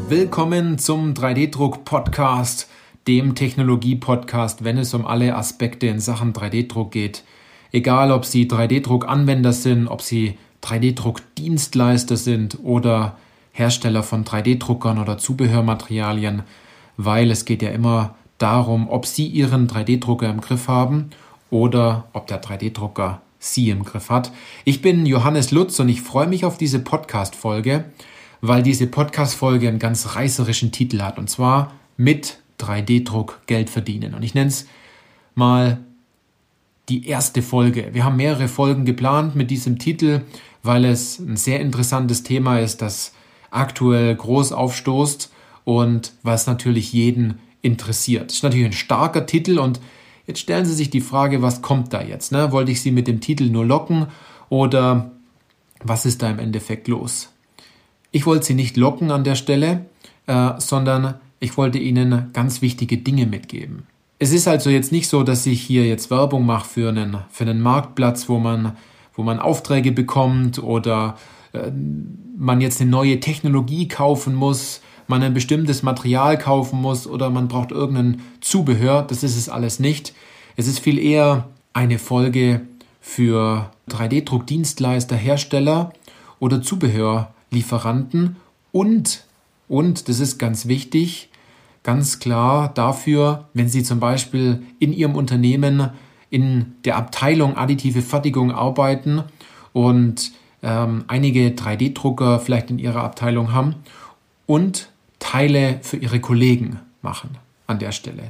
Willkommen zum 3D-Druck-Podcast, dem Technologie-Podcast, wenn es um alle Aspekte in Sachen 3D-Druck geht. Egal, ob Sie 3D-Druck-Anwender sind, ob Sie 3D-Druck-Dienstleister sind oder Hersteller von 3D-Druckern oder Zubehörmaterialien, weil es geht ja immer darum, ob Sie Ihren 3D-Drucker im Griff haben oder ob der 3D-Drucker Sie im Griff hat. Ich bin Johannes Lutz und ich freue mich auf diese Podcast-Folge, weil diese Podcast-Folge einen ganz reißerischen Titel hat, und zwar mit 3D-Druck Geld verdienen. Und ich nenne es mal die erste Folge. Wir haben mehrere Folgen geplant mit diesem Titel, weil es ein sehr interessantes Thema ist, das aktuell groß aufstoßt und was natürlich jeden interessiert. Das ist natürlich ein starker Titel und jetzt stellen Sie sich die Frage, was kommt da jetzt? Wollte ich Sie mit dem Titel nur locken oder was ist da im Endeffekt los? Ich wollte Sie nicht locken an der Stelle, sondern ich wollte Ihnen ganz wichtige Dinge mitgeben. Es ist also jetzt nicht so, dass ich hier jetzt Werbung mache für einen Marktplatz, wo man Aufträge bekommt oder man jetzt eine neue Technologie kaufen muss, man ein bestimmtes Material kaufen muss oder man braucht irgendein Zubehör. Das ist es alles nicht. Es ist viel eher eine Folge für 3D-Druck-Dienstleister, Hersteller oder Zubehörlieferanten und, das ist ganz wichtig, ganz klar dafür, wenn Sie zum Beispiel in Ihrem Unternehmen in der Abteilung additive Fertigung arbeiten und einige 3D-Drucker vielleicht in Ihrer Abteilung haben und Teile für Ihre Kollegen machen an der Stelle.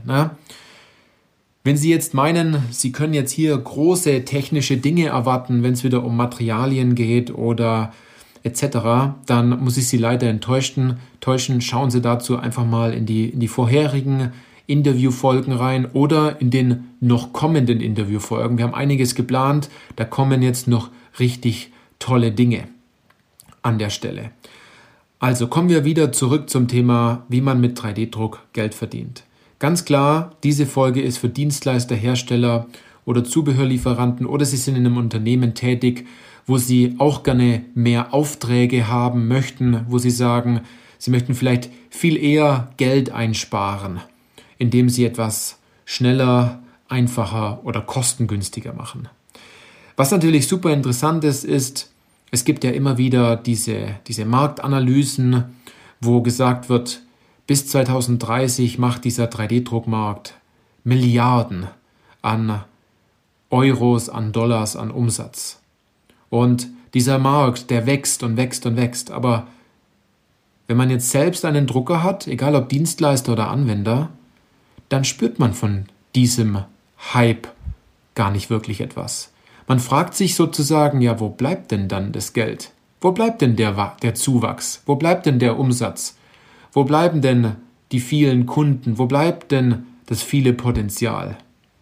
Wenn Sie jetzt meinen, Sie können jetzt hier große technische Dinge erwarten, wenn es wieder um Materialien geht oder etc., dann muss ich Sie leider enttäuschen. Schauen Sie dazu einfach mal in die vorherigen Interviewfolgen rein oder in den noch kommenden Interviewfolgen. Wir haben einiges geplant, da kommen jetzt noch richtig tolle Dinge an der Stelle. Also kommen wir wieder zurück zum Thema, wie man mit 3D-Druck Geld verdient. Ganz klar, diese Folge ist für Dienstleister, Hersteller oder Zubehörlieferanten oder Sie sind in einem Unternehmen tätig, wo Sie auch gerne mehr Aufträge haben möchten, wo Sie sagen, Sie möchten vielleicht viel eher Geld einsparen, indem Sie etwas schneller, einfacher oder kostengünstiger machen. Was natürlich super interessant ist, es gibt ja immer wieder diese Marktanalysen, wo gesagt wird, bis 2030 macht dieser 3D-Druckmarkt Milliarden an Euros, an Dollars, an Umsatz. Und dieser Markt, der wächst und wächst und wächst. Aber wenn man jetzt selbst einen Drucker hat, egal ob Dienstleister oder Anwender, dann spürt man von diesem Hype gar nicht wirklich etwas. Man fragt sich sozusagen, ja, wo bleibt denn dann das Geld? Wo bleibt denn der Zuwachs? Wo bleibt denn der Umsatz? Wo bleiben denn die vielen Kunden? Wo bleibt denn das viele Potenzial?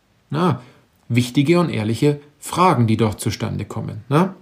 Wichtige und ehrliche Fragen, die doch zustande kommen.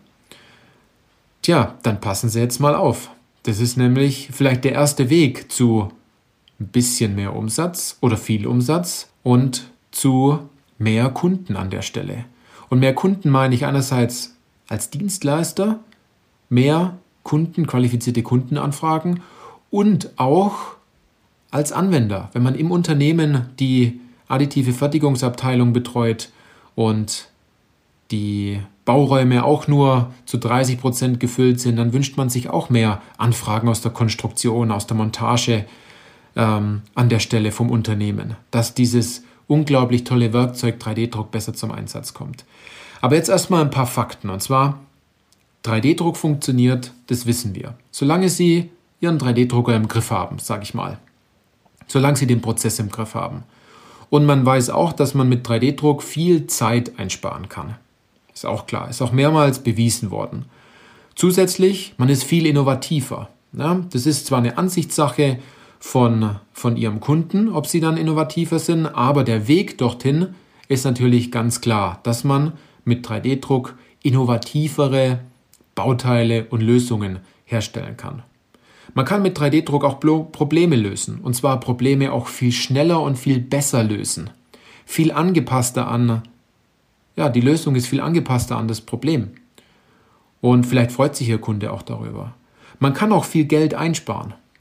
Tja, dann passen Sie jetzt mal auf. Das ist nämlich vielleicht der erste Weg zu ein bisschen mehr Umsatz oder viel Umsatz und zu mehr Kunden an der Stelle. Und mehr Kunden meine ich einerseits als Dienstleister, mehr Kunden, qualifizierte Kundenanfragen und auch als Anwender, wenn man im Unternehmen die additive Fertigungsabteilung betreut und die Bauräume auch nur zu 30% gefüllt sind, dann wünscht man sich auch mehr Anfragen aus der Konstruktion, aus der Montage an der Stelle vom Unternehmen, dass dieses unglaublich tolle Werkzeug 3D-Druck besser zum Einsatz kommt. Aber jetzt erstmal ein paar Fakten. Und zwar, 3D-Druck funktioniert, das wissen wir. Solange Sie Ihren 3D-Drucker im Griff haben, sage ich mal. Solange Sie den Prozess im Griff haben. Und man weiß auch, dass man mit 3D-Druck viel Zeit einsparen kann. Ist auch klar, ist auch mehrmals bewiesen worden. Zusätzlich, man ist viel innovativer. Das ist zwar eine Ansichtssache von Ihrem Kunden, ob Sie dann innovativer sind, aber der Weg dorthin ist natürlich ganz klar, dass man mit 3D-Druck innovativere Bauteile und Lösungen herstellen kann. Man kann mit 3D-Druck auch Probleme lösen, und zwar Probleme auch viel schneller und viel besser lösen. Viel angepasster die Lösung ist viel angepasster an das Problem. Und vielleicht freut sich Ihr Kunde auch darüber. Man kann auch viel Geld einsparen.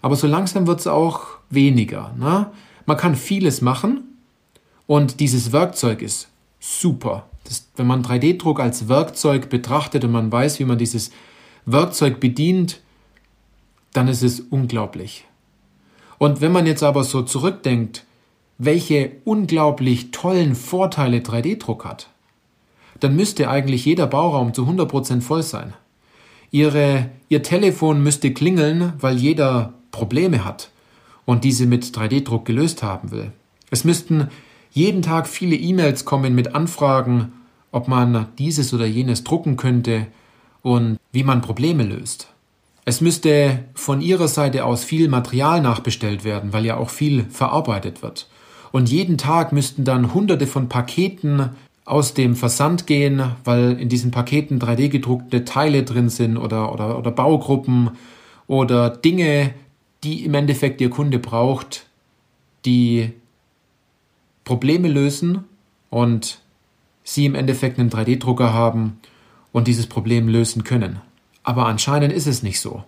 Aber so langsam wird es auch weniger. Ne? Man kann vieles machen und dieses Werkzeug ist super. Wenn man 3D-Druck als Werkzeug betrachtet und man weiß, wie man dieses Werkzeug bedient, dann ist es unglaublich. Und wenn man jetzt aber so zurückdenkt, welche unglaublich tollen Vorteile 3D-Druck hat, dann müsste eigentlich jeder Bauraum zu 100% voll sein. Ihr Telefon müsste klingeln, weil jeder Probleme hat und diese mit 3D-Druck gelöst haben will. Es müssten jeden Tag viele E-Mails kommen mit Anfragen, ob man dieses oder jenes drucken könnte und wie man Probleme löst. Es müsste von Ihrer Seite aus viel Material nachbestellt werden, weil ja auch viel verarbeitet wird. Und jeden Tag müssten dann Hunderte von Paketen aus dem Versand gehen, weil in diesen Paketen 3D-gedruckte Teile drin sind oder Baugruppen oder Dinge, die im Endeffekt Ihr Kunde braucht, die Probleme lösen und Sie im Endeffekt einen 3D-Drucker haben und dieses Problem lösen können. Aber anscheinend ist es nicht so.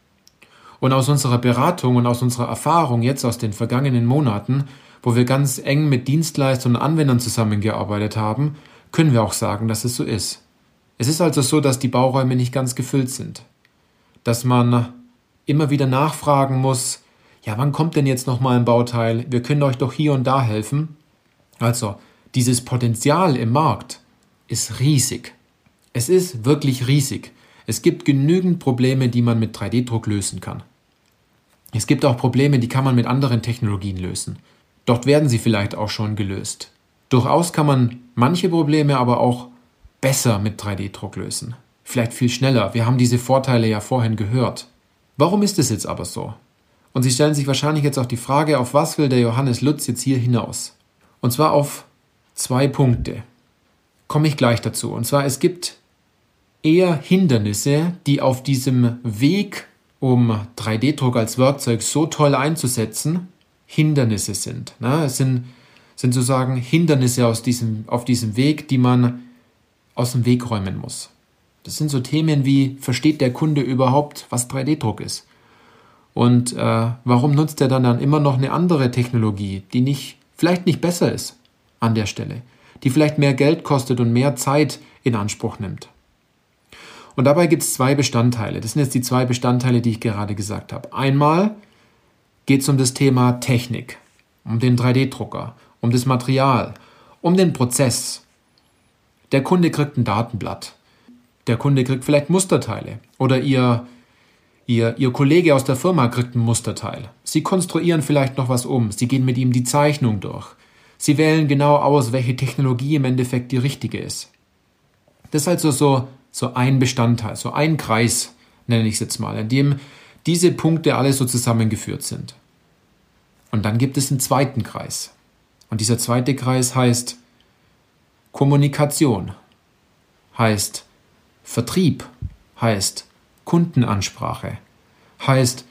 Und aus unserer Beratung und aus unserer Erfahrung jetzt aus den vergangenen Monaten, wo wir ganz eng mit Dienstleistern und Anwendern zusammengearbeitet haben, können wir auch sagen, dass es so ist. Es ist also so, dass die Bauräume nicht ganz gefüllt sind. Dass man immer wieder nachfragen muss, ja, wann kommt denn jetzt nochmal ein Bauteil? Wir können euch doch hier und da helfen. Also, dieses Potenzial im Markt ist riesig. Es ist wirklich riesig. Es gibt genügend Probleme, die man mit 3D-Druck lösen kann. Es gibt auch Probleme, die kann man mit anderen Technologien lösen. Dort werden sie vielleicht auch schon gelöst. Durchaus kann man manche Probleme aber auch besser mit 3D-Druck lösen. Vielleicht viel schneller. Wir haben diese Vorteile ja vorhin gehört. Warum ist es jetzt aber so? Und Sie stellen sich wahrscheinlich jetzt auch die Frage, auf was will der Johannes Lutz jetzt hier hinaus? Und zwar auf 2 Punkte. Komme ich gleich dazu. Und zwar, es gibt eher Hindernisse, die auf diesem Weg, um 3D-Druck als Werkzeug so toll einzusetzen, Hindernisse sind. Es sind sozusagen Hindernisse auf diesem Weg, die man aus dem Weg räumen muss. Das sind so Themen wie, versteht der Kunde überhaupt, was 3D-Druck ist? Und warum nutzt er dann immer noch eine andere Technologie, die vielleicht nicht besser ist an der Stelle, die vielleicht mehr Geld kostet und mehr Zeit in Anspruch nimmt? Und dabei gibt es 2 Bestandteile. Das sind jetzt die 2 Bestandteile, die ich gerade gesagt habe. Einmal geht es um das Thema Technik, um den 3D-Drucker, um das Material, um den Prozess. Der Kunde kriegt ein Datenblatt. Der Kunde kriegt vielleicht Musterteile. Oder Ihr Kollege aus der Firma kriegt ein Musterteil. Sie konstruieren vielleicht noch was um. Sie gehen mit ihm die Zeichnung durch. Sie wählen genau aus, welche Technologie im Endeffekt die richtige ist. Das ist also so ein Bestandteil, so ein Kreis, nenne ich es jetzt mal, in dem diese Punkte alle so zusammengeführt sind. Und dann gibt es einen zweiten Kreis. Und dieser zweite Kreis heißt Kommunikation, heißt Vertrieb, heißt Kundenansprache, heißt,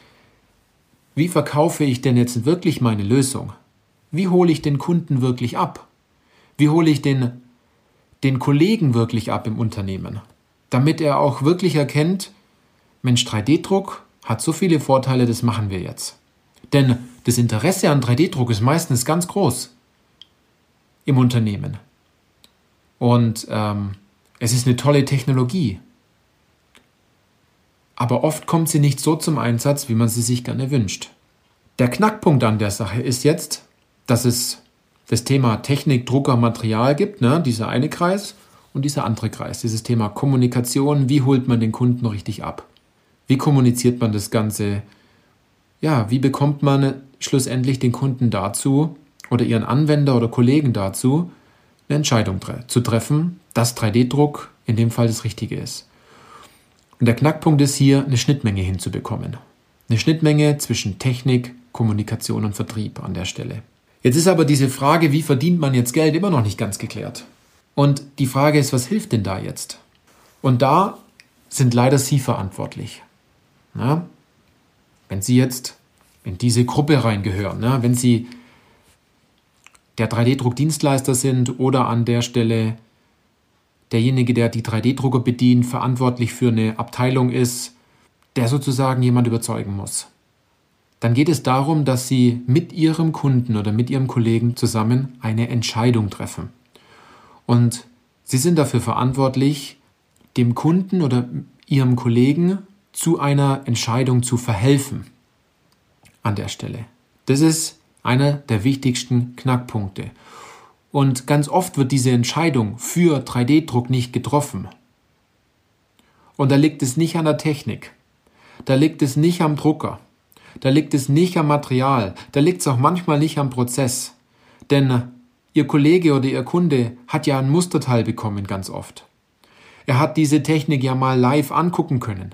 wie verkaufe ich denn jetzt wirklich meine Lösung? Wie hole ich den Kunden wirklich ab? Wie hole ich den Kollegen wirklich ab im Unternehmen? Damit er auch wirklich erkennt, Mensch, 3D-Druck hat so viele Vorteile, das machen wir jetzt. Denn das Interesse an 3D-Druck ist meistens ganz groß im Unternehmen. Und es ist eine tolle Technologie. Aber oft kommt sie nicht so zum Einsatz, wie man sie sich gerne wünscht. Der Knackpunkt an der Sache ist jetzt, dass es das Thema Technik, Drucker, Material gibt, dieser eine Kreis und dieser andere Kreis, dieses Thema Kommunikation, wie holt man den Kunden richtig ab? Wie kommuniziert man das Ganze? Ja, wie bekommt man schlussendlich den Kunden dazu oder ihren Anwender oder Kollegen dazu, eine Entscheidung zu treffen, dass 3D-Druck in dem Fall das Richtige ist? Und der Knackpunkt ist hier, eine Schnittmenge hinzubekommen. Eine Schnittmenge zwischen Technik, Kommunikation und Vertrieb an der Stelle. Jetzt ist aber diese Frage, wie verdient man jetzt Geld, immer noch nicht ganz geklärt. Und die Frage ist, was hilft denn da jetzt? Und da sind leider Sie verantwortlich. Na? Wenn Sie jetzt in diese Gruppe reingehören, wenn Sie der 3D-Druck-Dienstleister sind oder an der Stelle derjenige, der die 3D-Drucker bedient, verantwortlich für eine Abteilung ist, der sozusagen jemand überzeugen muss. dann geht es darum, dass Sie mit Ihrem Kunden oder mit Ihrem Kollegen zusammen eine Entscheidung treffen. Und Sie sind dafür verantwortlich, dem Kunden oder Ihrem Kollegen zu einer Entscheidung zu verhelfen an der Stelle. Das ist einer der wichtigsten Knackpunkte. Und ganz oft wird diese Entscheidung für 3D-Druck nicht getroffen. Und da liegt es nicht an der Technik, da liegt es nicht am Drucker, da liegt es nicht am Material, da liegt es auch manchmal nicht am Prozess. Denn Ihr Kollege oder Ihr Kunde hat ja ein Musterteil bekommen ganz oft. Er hat diese Technik ja mal live angucken können.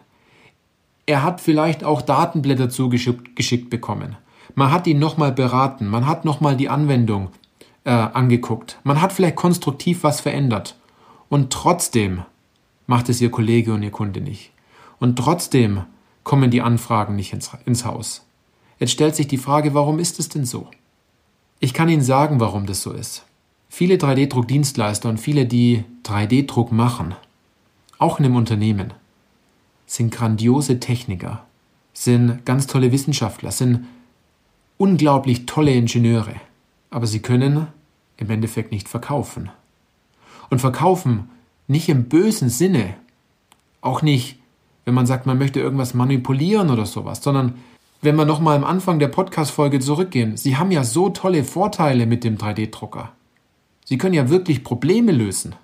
Er hat vielleicht auch Datenblätter zugeschickt bekommen. Man hat ihn nochmal beraten, man hat nochmal die Anwendung angeguckt. Man hat vielleicht konstruktiv was verändert. Und trotzdem macht es Ihr Kollege und Ihr Kunde nicht. Und trotzdem kommen die Anfragen nicht ins Haus. Jetzt stellt sich die Frage, warum ist es denn so? Ich kann Ihnen sagen, warum das so ist. Viele 3D-Druck-Dienstleister und viele, die 3D-Druck machen, auch in einem Unternehmen, sind grandiose Techniker, sind ganz tolle Wissenschaftler, sind unglaublich tolle Ingenieure. Aber sie können im Endeffekt nicht verkaufen. Und verkaufen nicht im bösen Sinne, auch nicht, wenn man sagt, man möchte irgendwas manipulieren oder sowas, sondern wenn wir nochmal am Anfang der Podcast-Folge zurückgehen, Sie haben ja so tolle Vorteile mit dem 3D-Drucker. Sie können ja wirklich Probleme lösen.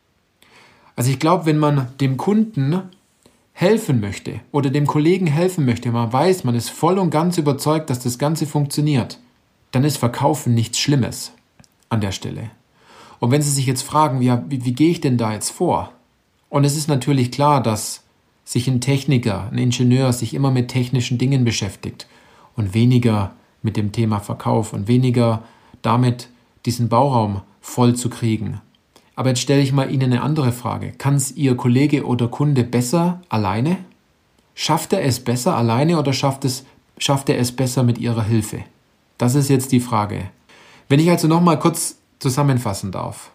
Also ich glaube, wenn man dem Kunden helfen möchte oder dem Kollegen helfen möchte, man weiß, man ist voll und ganz überzeugt, dass das Ganze funktioniert, dann ist Verkaufen nichts Schlimmes an der Stelle. Und wenn Sie sich jetzt fragen, ja, wie gehe ich denn da jetzt vor? Und es ist natürlich klar, dass sich ein Techniker, ein Ingenieur sich immer mit technischen Dingen beschäftigt und weniger mit dem Thema Verkauf und weniger damit, diesen Bauraum voll zu kriegen. Aber jetzt stelle ich mal Ihnen eine andere Frage. Kann es Ihr Kollege oder Kunde besser alleine? Schafft er es besser alleine oder schafft er es besser mit Ihrer Hilfe? Das ist jetzt die Frage. Wenn ich also nochmal kurz zusammenfassen darf.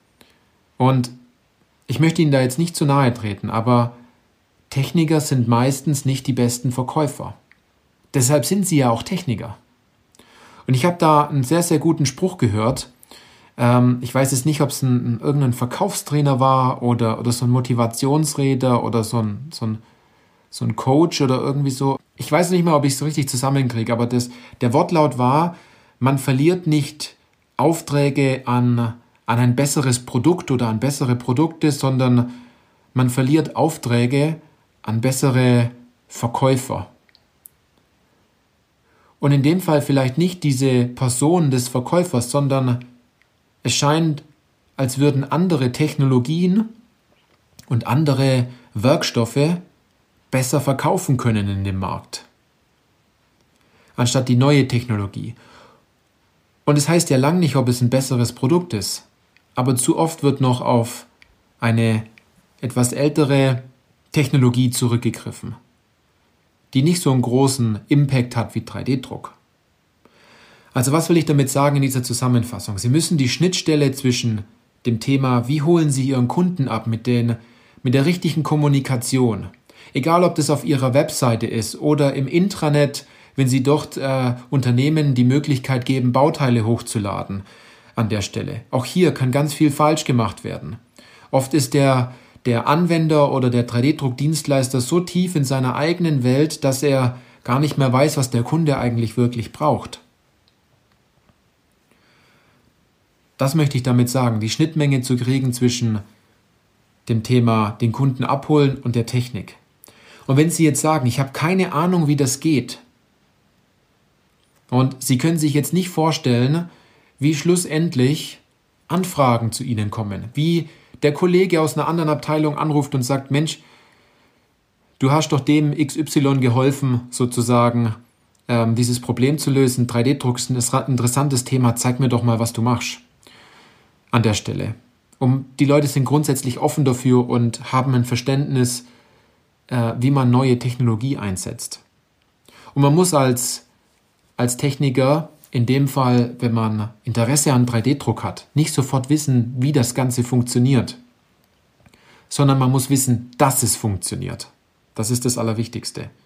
Und ich möchte Ihnen da jetzt nicht zu nahe treten, aber Techniker sind meistens nicht die besten Verkäufer. Deshalb sind sie ja auch Techniker. Und ich habe da einen sehr, sehr guten Spruch gehört. Ich weiß jetzt nicht, ob es irgendein Verkaufstrainer war oder so ein Motivationsredner oder so ein Coach oder irgendwie so. Ich weiß nicht mehr, ob ich es richtig zusammenkriege, aber der Wortlaut war, man verliert nicht Aufträge an ein besseres Produkt oder an bessere Produkte, sondern man verliert Aufträge an bessere Verkäufer. Und in dem Fall vielleicht nicht diese Person des Verkäufers, sondern es scheint, als würden andere Technologien und andere Werkstoffe besser verkaufen können in dem Markt, anstatt die neue Technologie. Und es heißt ja lang nicht, ob es ein besseres Produkt ist, aber zu oft wird noch auf eine etwas ältere Technologie zurückgegriffen, die nicht so einen großen Impact hat wie 3D-Druck. Also was will ich damit sagen in dieser Zusammenfassung? Sie müssen die Schnittstelle zwischen dem Thema, wie holen Sie Ihren Kunden ab mit der richtigen Kommunikation, egal ob das auf Ihrer Webseite ist oder im Intranet, wenn Sie dort Unternehmen die Möglichkeit geben, Bauteile hochzuladen an der Stelle. Auch hier kann ganz viel falsch gemacht werden. Oft ist der Anwender oder der 3D-Druck-Dienstleister so tief in seiner eigenen Welt, dass er gar nicht mehr weiß, was der Kunde eigentlich wirklich braucht. Das möchte ich damit sagen, die Schnittmenge zu kriegen zwischen dem Thema den Kunden abholen und der Technik. Und wenn Sie jetzt sagen, ich habe keine Ahnung, wie das geht, und Sie können sich jetzt nicht vorstellen, wie schlussendlich Anfragen zu Ihnen kommen, wie der Kollege aus einer anderen Abteilung anruft und sagt, Mensch, du hast doch dem XY geholfen, sozusagen dieses Problem zu lösen. 3D-Druck ist ein interessantes Thema, zeig mir doch mal, was du machst an der Stelle. Die Leute sind grundsätzlich offen dafür und haben ein Verständnis, wie man neue Technologie einsetzt. Und man muss als Techniker, in dem Fall, wenn man Interesse an 3D-Druck hat, nicht sofort wissen, wie das Ganze funktioniert, sondern man muss wissen, dass es funktioniert. Das ist das Allerwichtigste.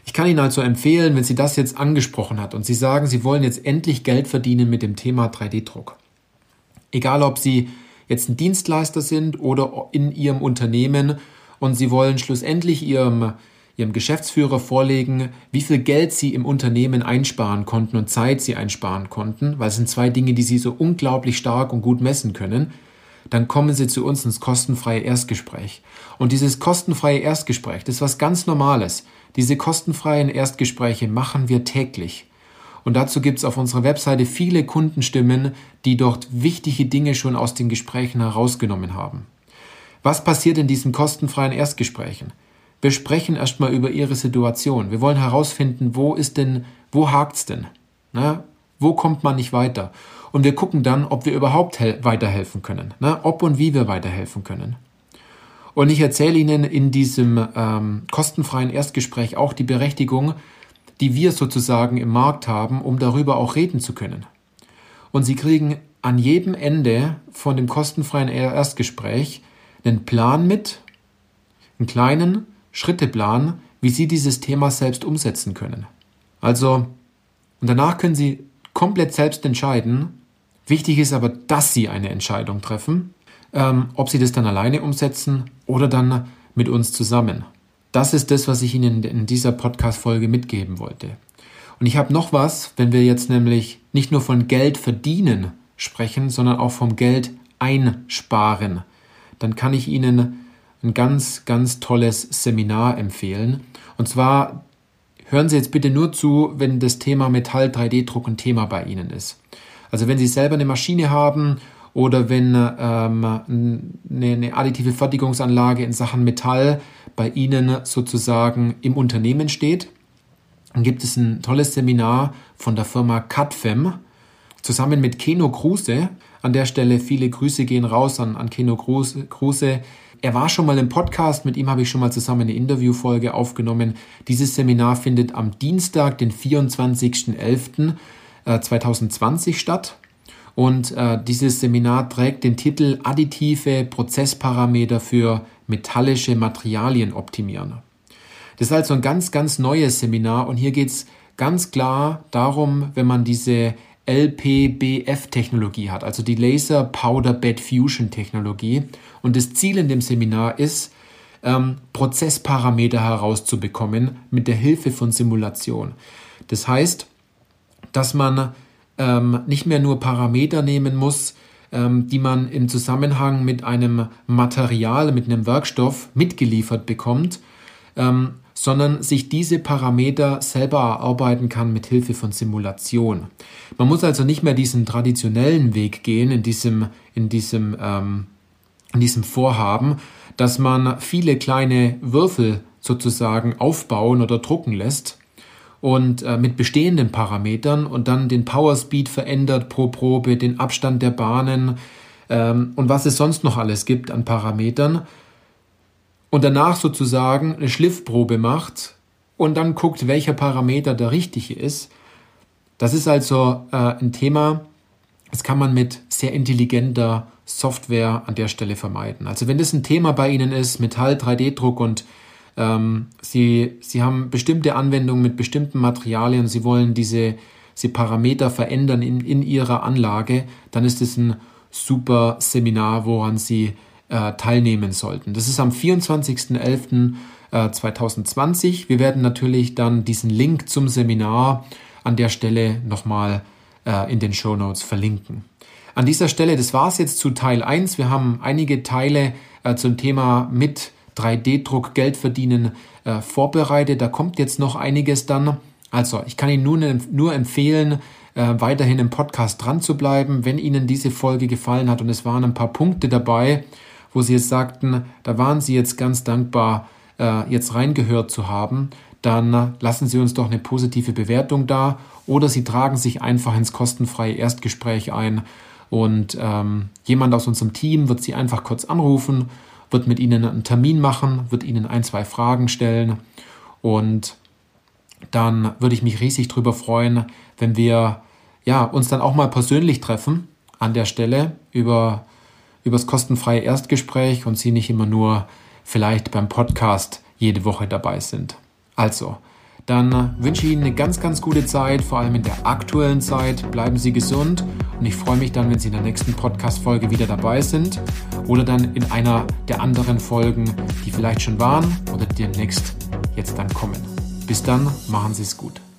Ich kann Ihnen also empfehlen, wenn Sie das jetzt angesprochen hat und Sie sagen, Sie wollen jetzt endlich Geld verdienen mit dem Thema 3D-Druck. Egal, ob Sie jetzt ein Dienstleister sind oder in Ihrem Unternehmen und Sie wollen schlussendlich Ihrem Geschäftsführer vorlegen, wie viel Geld Sie im Unternehmen einsparen konnten und Zeit Sie einsparen konnten, weil es sind zwei Dinge, die Sie so unglaublich stark und gut messen können, dann kommen Sie zu uns ins kostenfreie Erstgespräch. Und dieses kostenfreie Erstgespräch, das ist was ganz Normales. Diese kostenfreien Erstgespräche machen wir täglich. Und dazu gibt es auf unserer Webseite viele Kundenstimmen, die dort wichtige Dinge schon aus den Gesprächen herausgenommen haben. Was passiert in diesen kostenfreien Erstgesprächen? Wir sprechen erstmal über Ihre Situation. Wir wollen herausfinden, wo hakt's denn? Na, wo kommt man nicht weiter? Und wir gucken dann, ob wir überhaupt weiterhelfen können. Na, ob und wie wir weiterhelfen können. Und ich erzähle Ihnen in diesem kostenfreien Erstgespräch auch die Berechtigung, die wir sozusagen im Markt haben, um darüber auch reden zu können. Und Sie kriegen an jedem Ende von dem kostenfreien Erstgespräch einen Plan mit, einen kleinen Schritteplan, wie Sie dieses Thema selbst umsetzen können. Also, und danach können Sie komplett selbst entscheiden. Wichtig ist aber, dass Sie eine Entscheidung treffen, ob Sie das dann alleine umsetzen oder dann mit uns zusammen. Das ist das, was ich Ihnen in dieser Podcast-Folge mitgeben wollte. Und ich habe noch was, wenn wir jetzt nämlich nicht nur von Geld verdienen sprechen, sondern auch vom Geld einsparen. Dann kann ich Ihnen ein ganz, ganz tolles Seminar empfehlen. Und zwar hören Sie jetzt bitte nur zu, wenn das Thema Metall-3D-Druck ein Thema bei Ihnen ist. Also wenn Sie selber eine Maschine haben oder wenn eine additive Fertigungsanlage in Sachen Metall bei Ihnen sozusagen im Unternehmen steht, dann gibt es ein tolles Seminar von der Firma CADFEM zusammen mit Keno Kruse. An der Stelle viele Grüße gehen raus an Keno Kruse. Er war schon mal im Podcast, mit ihm habe ich schon mal zusammen eine Interviewfolge aufgenommen. Dieses Seminar findet am Dienstag, den 24.11.2020 statt. Und dieses Seminar trägt den Titel Additive Prozessparameter für metallische Materialien optimieren. Das ist also ein ganz, ganz neues Seminar und hier geht es ganz klar darum, wenn man diese LPBF-Technologie hat, also die Laser Powder Bed Fusion Technologie. Und das Ziel in dem Seminar ist, Prozessparameter herauszubekommen mit der Hilfe von Simulation. Das heißt, dass man nicht mehr nur Parameter nehmen muss, die man im Zusammenhang mit einem Material, mit einem Werkstoff mitgeliefert bekommt, sondern sich diese Parameter selber erarbeiten kann mit Hilfe von Simulation. Man muss also nicht mehr diesen traditionellen Weg gehen in diesem Vorhaben, dass man viele kleine Würfel sozusagen aufbauen oder drucken lässt und mit bestehenden Parametern und dann den Power Speed verändert pro Probe, den Abstand der Bahnen und was es sonst noch alles gibt an Parametern und danach sozusagen eine Schliffprobe macht und dann guckt, welcher Parameter der richtige ist. Das ist also ein Thema, das kann man mit sehr intelligenter Software an der Stelle vermeiden. Also wenn das ein Thema bei Ihnen ist, Metall, 3D-Druck und Sie haben bestimmte Anwendungen mit bestimmten Materialien, Sie wollen diese Parameter verändern in Ihrer Anlage, dann ist es ein super Seminar, woran Sie teilnehmen sollten. Das ist am 24.11.2020. Wir werden natürlich dann diesen Link zum Seminar an der Stelle nochmal in den Shownotes verlinken. An dieser Stelle, das war es jetzt zu Teil 1. Wir haben einige Teile zum Thema mit 3D-Druck Geld verdienen vorbereitet. Da kommt jetzt noch einiges dann. Also ich kann Ihnen nur empfehlen, weiterhin im Podcast dran zu bleiben, wenn Ihnen diese Folge gefallen hat und es waren ein paar Punkte dabei, wo Sie jetzt sagten, da waren Sie jetzt ganz dankbar, jetzt reingehört zu haben, dann lassen Sie uns doch eine positive Bewertung da oder Sie tragen sich einfach ins kostenfreie Erstgespräch ein und jemand aus unserem Team wird Sie einfach kurz anrufen, wird mit Ihnen einen Termin machen, wird Ihnen 1-2 Fragen stellen und dann würde ich mich riesig drüber freuen, wenn wir uns dann auch mal persönlich treffen an der Stelle über das kostenfreie Erstgespräch und Sie nicht immer nur vielleicht beim Podcast jede Woche dabei sind. Also, Dann wünsche ich Ihnen eine ganz, ganz gute Zeit, vor allem in der aktuellen Zeit. Bleiben Sie gesund und ich freue mich dann, wenn Sie in der nächsten Podcast-Folge wieder dabei sind oder dann in einer der anderen Folgen, die vielleicht schon waren oder die demnächst jetzt dann kommen. Bis dann, machen Sie es gut.